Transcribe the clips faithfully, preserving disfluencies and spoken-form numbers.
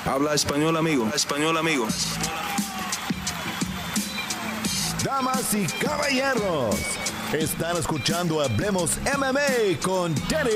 Habla español, amigo. Habla español, amigo. Damas y caballeros, están escuchando Hablemos M M A con Danny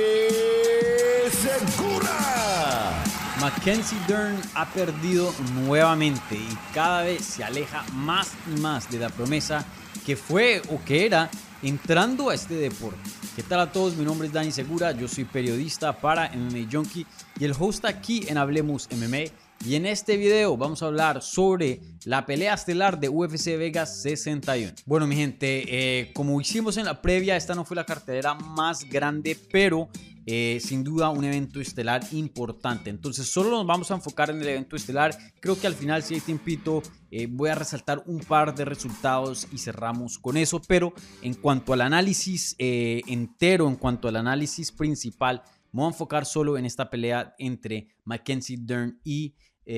Segura. Mackenzie Dern ha perdido nuevamente y cada vez se aleja más y más de la promesa que fue o que era entrando a este deporte. ¿Qué tal a todos? Mi nombre es Danny Segura, yo soy periodista para M M A Junkie y el host aquí en Hablemos M M A. Y en este video vamos a hablar sobre la pelea estelar de U F C Vegas sesenta y uno. Bueno, mi gente, eh, como hicimos en la previa, esta no fue la cartelera más grande, pero eh, sin duda un evento estelar importante. Entonces solo nos vamos a enfocar en el evento estelar. Creo que al final, si hay tiempito, eh, voy a resaltar un par de resultados y cerramos con eso. Pero en cuanto al análisis eh, entero, en cuanto al análisis principal, me voy a enfocar solo en esta pelea entre Mackenzie Dern y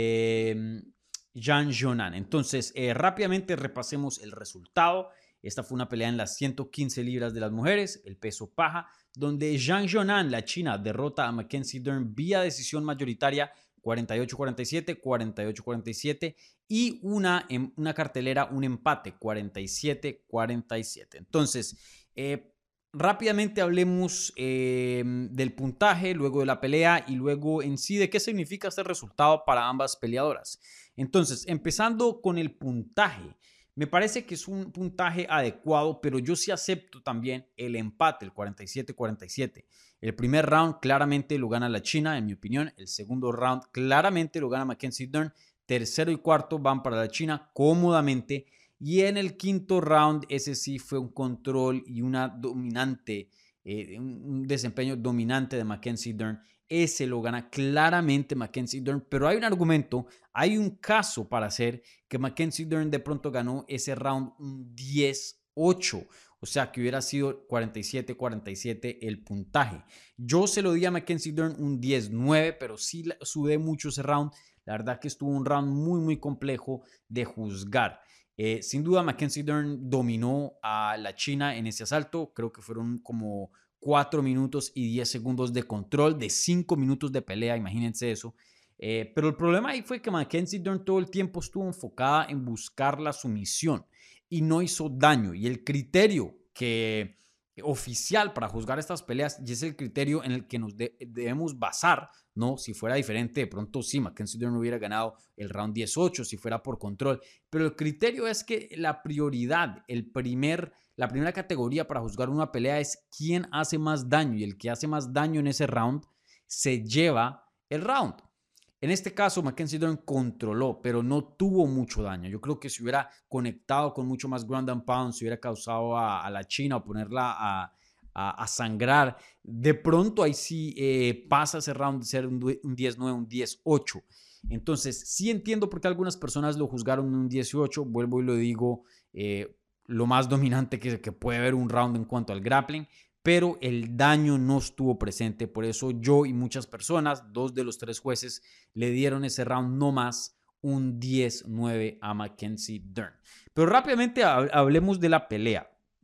eh, Jean Jonan. Entonces, eh, rápidamente repasemos el resultado. Esta fue una pelea en las ciento quince libras de las mujeres, el peso paja, donde Jean Jonan, la china, derrota a Mackenzie Dern vía decisión mayoritaria cuarenta y ocho a cuarenta y siete, cuarenta y ocho a cuarenta y siete y una, una cartelera, un empate cuarenta y siete a cuarenta y siete. Entonces, eh, rápidamente hablemos eh, del puntaje, luego de la pelea y luego en sí de qué significa este resultado para ambas peleadoras. Entonces, empezando con el puntaje, me parece que es un puntaje adecuado, pero yo sí acepto también el empate, el cuarenta y siete a cuarenta y siete. El primer round claramente lo gana la china, en mi opinión. El segundo round claramente lo gana Mackenzie Dern. Tercero y cuarto van para la china cómodamente. Y en el quinto round, ese sí fue un control y una dominante, eh, un desempeño dominante de Mackenzie Dern. Ese lo gana claramente Mackenzie Dern, pero hay un argumento, hay un caso para hacer que Mackenzie Dern de pronto ganó ese round un diez ocho. O sea, que hubiera sido cuarenta y siete a cuarenta y siete el puntaje. Yo se lo di a Mackenzie Dern un diez nueve, pero sí sudé mucho ese round. La verdad que estuvo un round muy, muy complejo de juzgar. Eh, sin duda, Mackenzie Dern dominó a la china en ese asalto. Creo que fueron como cuatro minutos y diez segundos de control de cinco minutos de pelea. Imagínense eso. Eh, pero el problema ahí fue que Mackenzie Dern todo el tiempo estuvo enfocada en buscar la sumisión y no hizo daño. Y el criterio que oficial para juzgar estas peleas, y es el criterio en el que nos de, debemos basar, ¿no? Si fuera diferente, de pronto sí, Mackenzie Dern hubiera ganado el round diez ocho si fuera por control, pero el criterio es que la prioridad, el primer, la primera categoría para juzgar una pelea es quién hace más daño, y el que hace más daño en ese round se lleva el round. En este caso, Mackenzie Dern controló, pero no tuvo mucho daño. Yo creo que si hubiera conectado con mucho más ground and pound, si hubiera causado a, a la china o ponerla a, a, a sangrar, de pronto ahí sí eh, pasa ese round de ser un, un diez nueve, un diez ocho. Entonces, sí entiendo por qué algunas personas lo juzgaron en un dieciocho. Vuelvo y lo digo, eh, lo más dominante que, que puede haber un round en cuanto al grappling, pero el daño no estuvo presente. Por eso yo y muchas personas, dos de los tres jueces, le dieron ese round no más un diez nueve a Mackenzie Dern. Pero rápidamente hablemos de la pelea.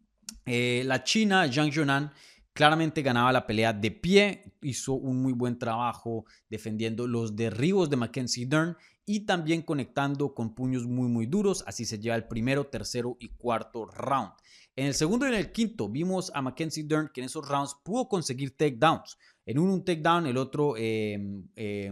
Eh, la china, Jean Jonan, claramente ganaba la pelea de pie, hizo un muy buen trabajo defendiendo los derribos de Mackenzie Dern y también conectando con puños muy muy duros. Así se lleva el primero, tercero y cuarto round. En el segundo y en el quinto vimos a Mackenzie Dern que en esos rounds pudo conseguir takedowns. En uno un takedown, el otro eh, eh,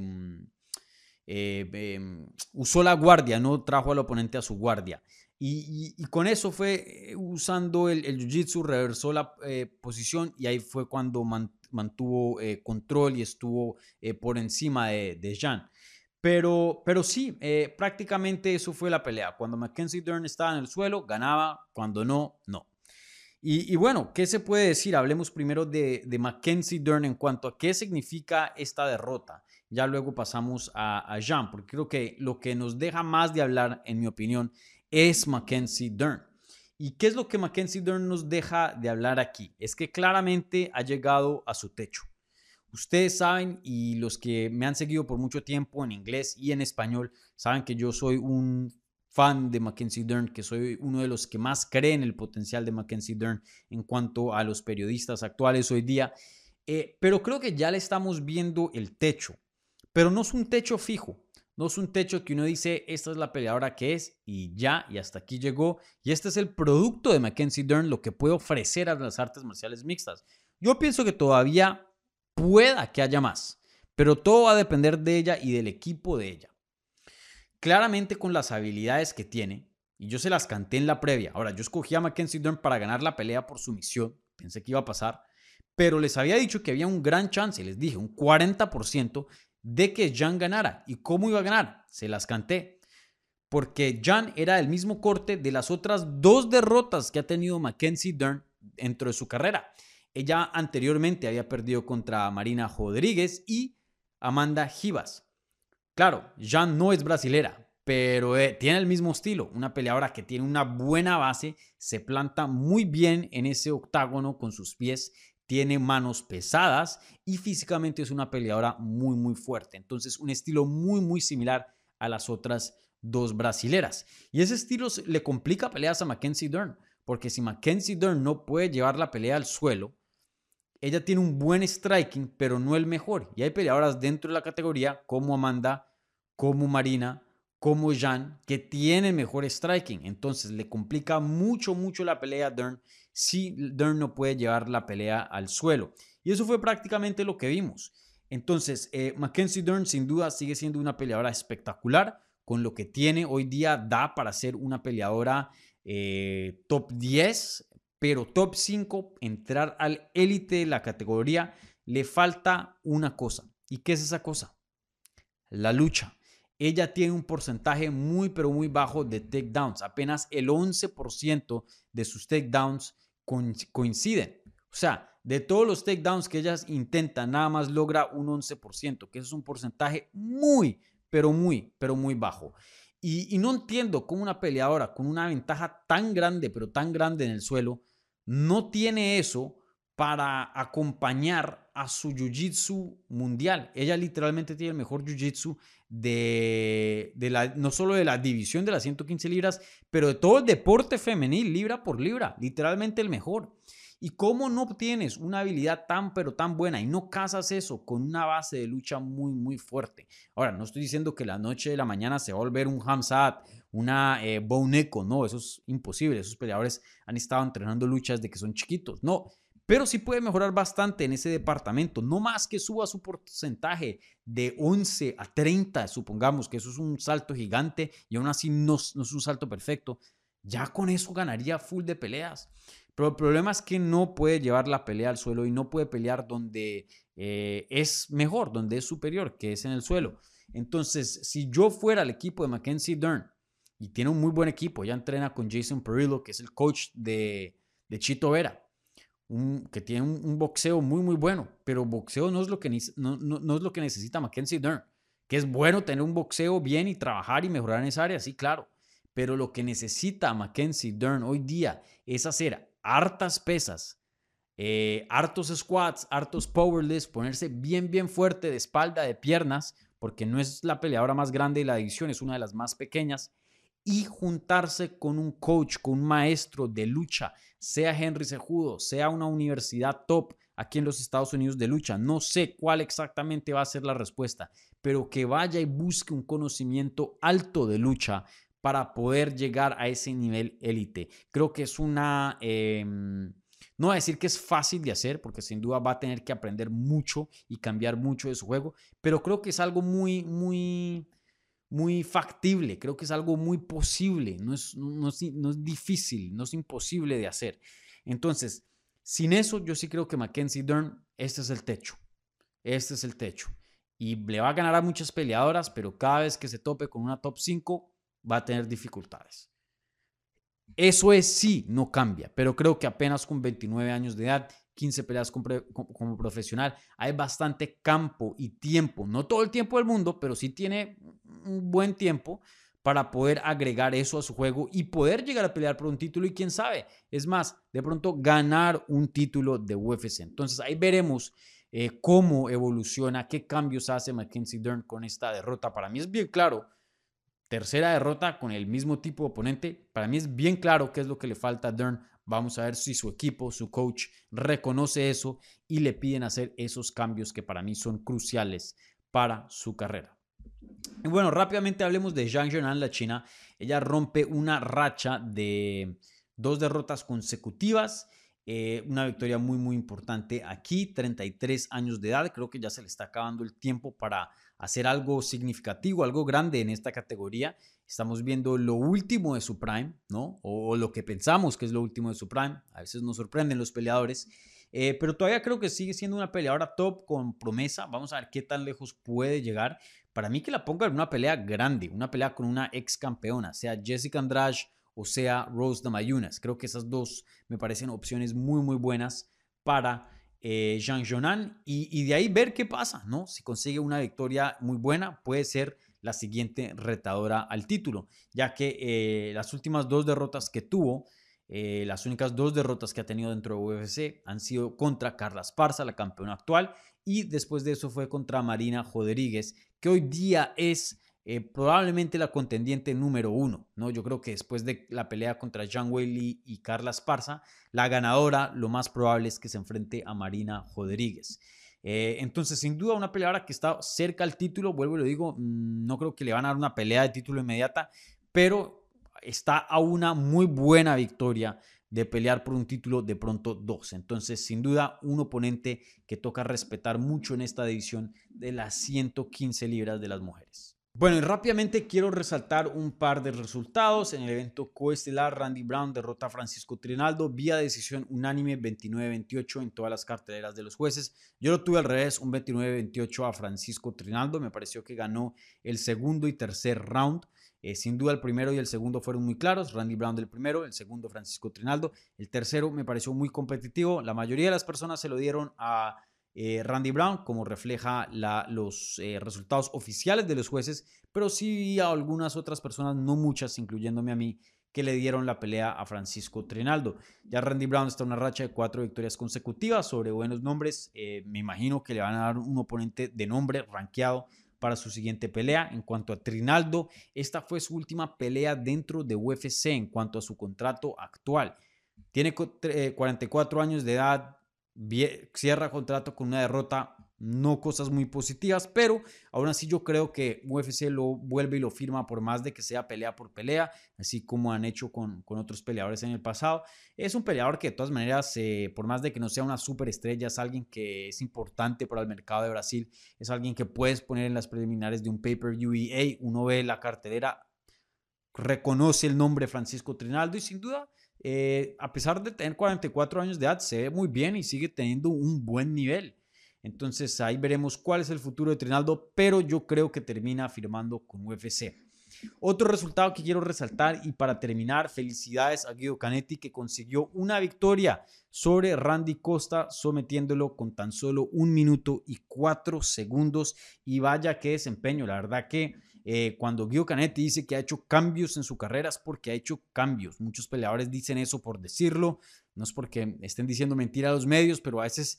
eh, eh, usó la guardia, no trajo al oponente a su guardia. Y, y, y con eso fue usando el, el jiu-jitsu, reversó la eh, posición y ahí fue cuando man, mantuvo eh, control y estuvo eh, por encima de, de Jean. Pero, pero sí, eh, prácticamente eso fue la pelea. Cuando Mackenzie Dern estaba en el suelo, ganaba. Cuando no, no. Y, y bueno, ¿qué se puede decir? Hablemos primero de, de Mackenzie Dern en cuanto a qué significa esta derrota. Ya luego pasamos a, a Jean, porque creo que lo que nos deja más de hablar, en mi opinión, es Mackenzie Dern. ¿Y qué es lo que Mackenzie Dern nos deja de hablar aquí? Es que claramente ha llegado a su techo. Ustedes saben, y los que me han seguido por mucho tiempo en inglés y en español, saben que yo soy un fan de Mackenzie Dern, que soy uno de los que más creen en el potencial de Mackenzie Dern en cuanto a los periodistas actuales hoy día. Eh, pero creo que ya le estamos viendo el techo. Pero no es un techo fijo. No es un techo que uno dice, esta es la peleadora que es y ya, y hasta aquí llegó. Y este es el producto de Mackenzie Dern, lo que puede ofrecer a las artes marciales mixtas. Yo pienso que todavía pueda que haya más, pero todo va a depender de ella y del equipo de ella. Claramente con las habilidades que tiene, y yo se las canté en la previa. Ahora, yo escogí a Mackenzie Dern para ganar la pelea por sumisión, pensé que iba a pasar, pero les había dicho que había un gran chance, les dije, un cuarenta por ciento de que Jan ganara. ¿Y cómo iba a ganar? Se las canté. Porque Jan era el mismo corte de las otras dos derrotas que ha tenido Mackenzie Dern dentro de su carrera. Ella anteriormente había perdido contra Marina Rodríguez y Amanda Ribas. Claro, Jan no es brasilera, pero eh, tiene el mismo estilo. Una peleadora que tiene una buena base, se planta muy bien en ese octágono con sus pies, tiene manos pesadas y físicamente es una peleadora muy, muy fuerte. Entonces, un estilo muy, muy similar a las otras dos brasileras. Y ese estilo le complica peleas a Mackenzie Dern, porque si Mackenzie Dern no puede llevar la pelea al suelo, ella tiene un buen striking, pero no el mejor. Y hay peleadoras dentro de la categoría como Amanda, como Marina, como Jan, que tienen mejor striking. Entonces le complica mucho, mucho la pelea a Dern si Dern no puede llevar la pelea al suelo. Y eso fue prácticamente lo que vimos. Entonces, eh, Mackenzie Dern sin duda sigue siendo una peleadora espectacular. Con lo que tiene hoy día da para ser una peleadora eh, top diez, pero top cinco, entrar al élite de la categoría, le falta una cosa. ¿Y qué es esa cosa? La lucha. Ella tiene un porcentaje muy, pero muy bajo de takedowns. Apenas el once por ciento de sus takedowns coinciden. O sea, de todos los takedowns que ella intenta, nada más logra un once por ciento, que eso es un porcentaje muy, pero muy, pero muy bajo. Y, y no entiendo cómo una peleadora con una ventaja tan grande, pero tan grande en el suelo, no tiene eso para acompañar a su jiu-jitsu mundial. Ella literalmente tiene el mejor jiu-jitsu de, de la, no solo de la división de las ciento quince libras, pero de todo el deporte femenil, libra por libra, literalmente el mejor. ¿Y cómo no obtienes una habilidad tan pero tan buena y no casas eso con una base de lucha muy muy fuerte? Ahora, no estoy diciendo que la noche de la mañana se va a volver un Khamzat, una eh, Bone Echo, no, eso es imposible. Esos peleadores han estado entrenando luchas desde que son chiquitos, no. Pero sí puede mejorar bastante en ese departamento, no más que suba su porcentaje de once a treinta, supongamos que eso es un salto gigante y aún así no, no es un salto perfecto. Ya con eso ganaría full de peleas. Pero el problema es que no puede llevar la pelea al suelo y no puede pelear donde eh, es mejor, donde es superior, que es en el suelo. Entonces, si yo fuera el equipo de Mackenzie Dern, y tiene un muy buen equipo, ya entrena con Jason Perillo, que es el coach de, de Chito Vera, un, que tiene un, un boxeo muy, muy bueno, pero boxeo no es lo que, no, no, no es lo que necesita Mackenzie Dern, que es bueno tener un boxeo bien y trabajar y mejorar en esa área, sí, claro. Pero lo que necesita Mackenzie Dern hoy día es hacer hartas pesas, eh, hartos squats, hartos powerlifts, ponerse bien, bien fuerte de espalda, de piernas, porque no es la peleadora más grande de la división, es una de las más pequeñas, y juntarse con un coach, con un maestro de lucha, sea Henry Cejudo, sea una universidad top aquí en los Estados Unidos de lucha. No sé cuál exactamente va a ser la respuesta, pero que vaya y busque un conocimiento alto de lucha para poder llegar a ese nivel élite. Creo que es una, eh, no voy a decir que es fácil de hacer, porque sin duda va a tener que aprender mucho y cambiar mucho de su juego, pero creo que es algo muy, muy, muy factible, creo que es algo muy posible, no es, no es, no es difícil, no es imposible de hacer. Entonces, sin eso, yo sí creo que Mackenzie Dern, este es el techo, este es el techo. Y le va a ganar a muchas peleadoras, pero cada vez que se tope con una top cinco, va a tener dificultades. Eso es sí, no cambia, pero creo que apenas con veintinueve años de edad, quince peleas como, como profesional, hay bastante campo y tiempo, no todo el tiempo del mundo, pero sí tiene un buen tiempo para poder agregar eso a su juego y poder llegar a pelear por un título y quién sabe, es más, de pronto ganar un título de U F C. Entonces ahí veremos eh, cómo evoluciona, qué cambios hace Mackenzie Dern con esta derrota. Para mí es bien claro. Tercera derrota con el mismo tipo de oponente. Para mí es bien claro qué es lo que le falta a Dern. Vamos a ver si su equipo, su coach, reconoce eso y le piden hacer esos cambios que para mí son cruciales para su carrera. Y bueno, rápidamente hablemos de Zhang Zhenan, la china. Ella rompe una racha de dos derrotas consecutivas. Eh, una victoria muy, muy importante aquí. treinta y tres años de edad. Creo que ya se le está acabando el tiempo para hacer algo significativo, algo grande en esta categoría. Estamos viendo lo último de su prime, ¿no? O, o lo que pensamos que es lo último de su prime. A veces nos sorprenden los peleadores. Eh, pero todavía creo que sigue siendo una peleadora top con promesa. Vamos a ver qué tan lejos puede llegar. Para mí que la ponga en una pelea grande, una pelea con una ex campeona, sea Jessica Andrade o sea Rose Namajunas. Creo que esas dos me parecen opciones muy, muy buenas para eh, Zhang Zhenan. Y, y de ahí ver qué pasa, ¿no? Si consigue una victoria muy buena, puede ser la siguiente retadora al título, ya que eh, las últimas dos derrotas que tuvo, eh, las únicas dos derrotas que ha tenido dentro de U F C han sido contra Carla Esparza, la campeona actual, y después de eso fue contra Marina Rodríguez, que hoy día es eh, probablemente la contendiente número uno, ¿no? Yo creo que después de la pelea contra Zhang Weili y Carla Esparza, la ganadora lo más probable es que se enfrente a Marina Rodríguez. Eh, entonces, sin duda, una peleadora que está cerca al título. Vuelvo y lo digo, no creo que le van a dar una pelea de título inmediata, pero está a una muy buena victoria de pelear por un título, de pronto dos. Entonces, sin duda, un oponente que toca respetar mucho en esta división de las ciento quince libras de las mujeres. Bueno, y rápidamente quiero resaltar un par de resultados. En el evento coestelar, Randy Brown derrota a Francisco Trinaldo vía decisión unánime veintinueve veintiocho en todas las carteleras de los jueces. Yo lo tuve al revés, un veintinueve veintiocho a Francisco Trinaldo. Me pareció que ganó el segundo y tercer round. Eh, sin duda el primero y el segundo fueron muy claros. Randy Brown del primero, el segundo Francisco Trinaldo. El tercero me pareció muy competitivo. La mayoría de las personas se lo dieron a Eh, Randy Brown, como refleja la, los eh, resultados oficiales de los jueces, pero sí a algunas otras personas, no muchas, incluyéndome a mí, que le dieron la pelea a Francisco Trinaldo. Ya Randy Brown está en una racha de cuatro victorias consecutivas sobre buenos nombres. Eh, me imagino que le van a dar un oponente de nombre rankeado para su siguiente pelea. En cuanto a Trinaldo, esta fue su última pelea dentro de U F C en cuanto a su contrato actual. Tiene cuarenta y cuatro años de edad. Cierra contrato con una derrota, no cosas muy positivas, pero aún así yo creo que U F C lo vuelve y lo firma por más de que sea pelea por pelea, así como han hecho con, con otros peleadores en el pasado. Es un peleador que de todas maneras, eh, por más de que no sea una superestrella, es alguien que es importante para el mercado de Brasil, es alguien que puedes poner en las preliminares de un pay-per-view y hey, uno ve la cartelera, reconoce el nombre Francisco Trinaldo y sin duda, Eh, a pesar de tener cuarenta y cuatro años de edad, se ve muy bien y sigue teniendo un buen nivel. Entonces ahí veremos cuál es el futuro de Trinaldo, pero yo creo que termina firmando con U F C. Otro resultado que quiero resaltar y para terminar, felicidades a Guido Canetti que consiguió una victoria sobre Randy Costa sometiéndolo con tan solo un minuto y cuatro segundos y vaya qué desempeño, la verdad que Eh, cuando Guido Canetti dice que ha hecho cambios en su carrera es porque ha hecho cambios. Muchos peleadores dicen eso por decirlo, no es porque estén diciendo mentira a los medios, pero a veces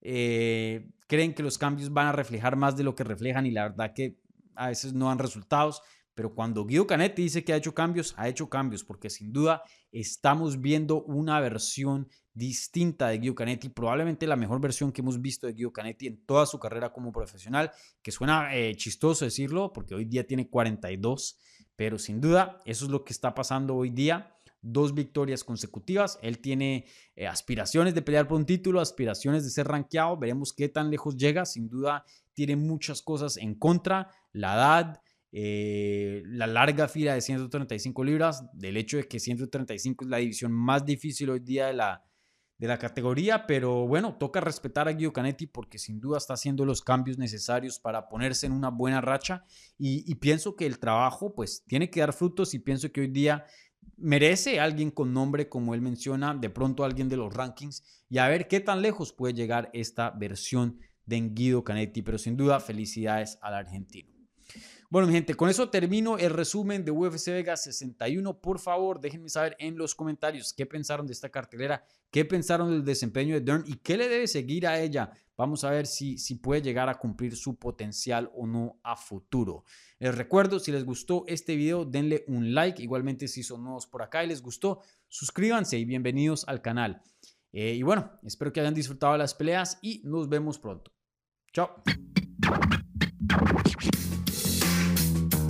eh, creen que los cambios van a reflejar más de lo que reflejan y la verdad que a veces no dan resultados. Pero cuando Guido Canetti dice que ha hecho cambios, ha hecho cambios porque sin duda estamos viendo una versión distinta de Guido Canetti, probablemente la mejor versión que hemos visto de Guido Canetti en toda su carrera como profesional, que suena eh, chistoso decirlo porque hoy día tiene cuarenta y dos, pero sin duda eso es lo que está pasando hoy día. Dos victorias consecutivas, él tiene eh, aspiraciones de pelear por un título, aspiraciones de ser rankeado, veremos qué tan lejos llega, sin duda tiene muchas cosas en contra, la edad, Eh, la larga fila de ciento treinta y cinco libras, del hecho de que ciento treinta y cinco es la división más difícil hoy día de la, de la categoría, pero bueno, toca respetar a Guido Canetti porque sin duda está haciendo los cambios necesarios para ponerse en una buena racha y, y pienso que el trabajo pues tiene que dar frutos y pienso que hoy día merece alguien con nombre como él menciona, de pronto alguien de los rankings y a ver qué tan lejos puede llegar esta versión de Guido Canetti, pero sin duda felicidades al argentino. Bueno, mi gente, con eso termino el resumen de U F C Vegas sesenta y uno. Por favor, déjenme saber en los comentarios qué pensaron de esta cartelera, qué pensaron del desempeño de Dern y qué le debe seguir a ella. Vamos a ver si, si puede llegar a cumplir su potencial o no a futuro. Les recuerdo, si les gustó este video, denle un like. Igualmente, si son nuevos por acá y les gustó, suscríbanse y bienvenidos al canal. Eh, y bueno, espero que hayan disfrutado de las peleas y nos vemos pronto. Chao.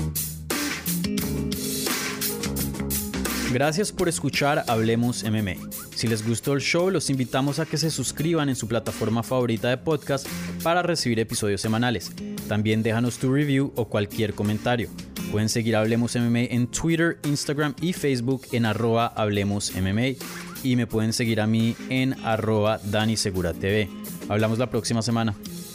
Gracias por escuchar Hablemos M M A. Si les gustó el show, los invitamos a que se suscriban en su plataforma favorita de podcast para recibir episodios semanales. También déjanos tu review o cualquier comentario. Pueden seguir Hablemos M M A en Twitter, Instagram y Facebook en arroba Hablemos M M A. Y me pueden seguir a mí en arroba Dani Segura T V. Hablamos la próxima semana.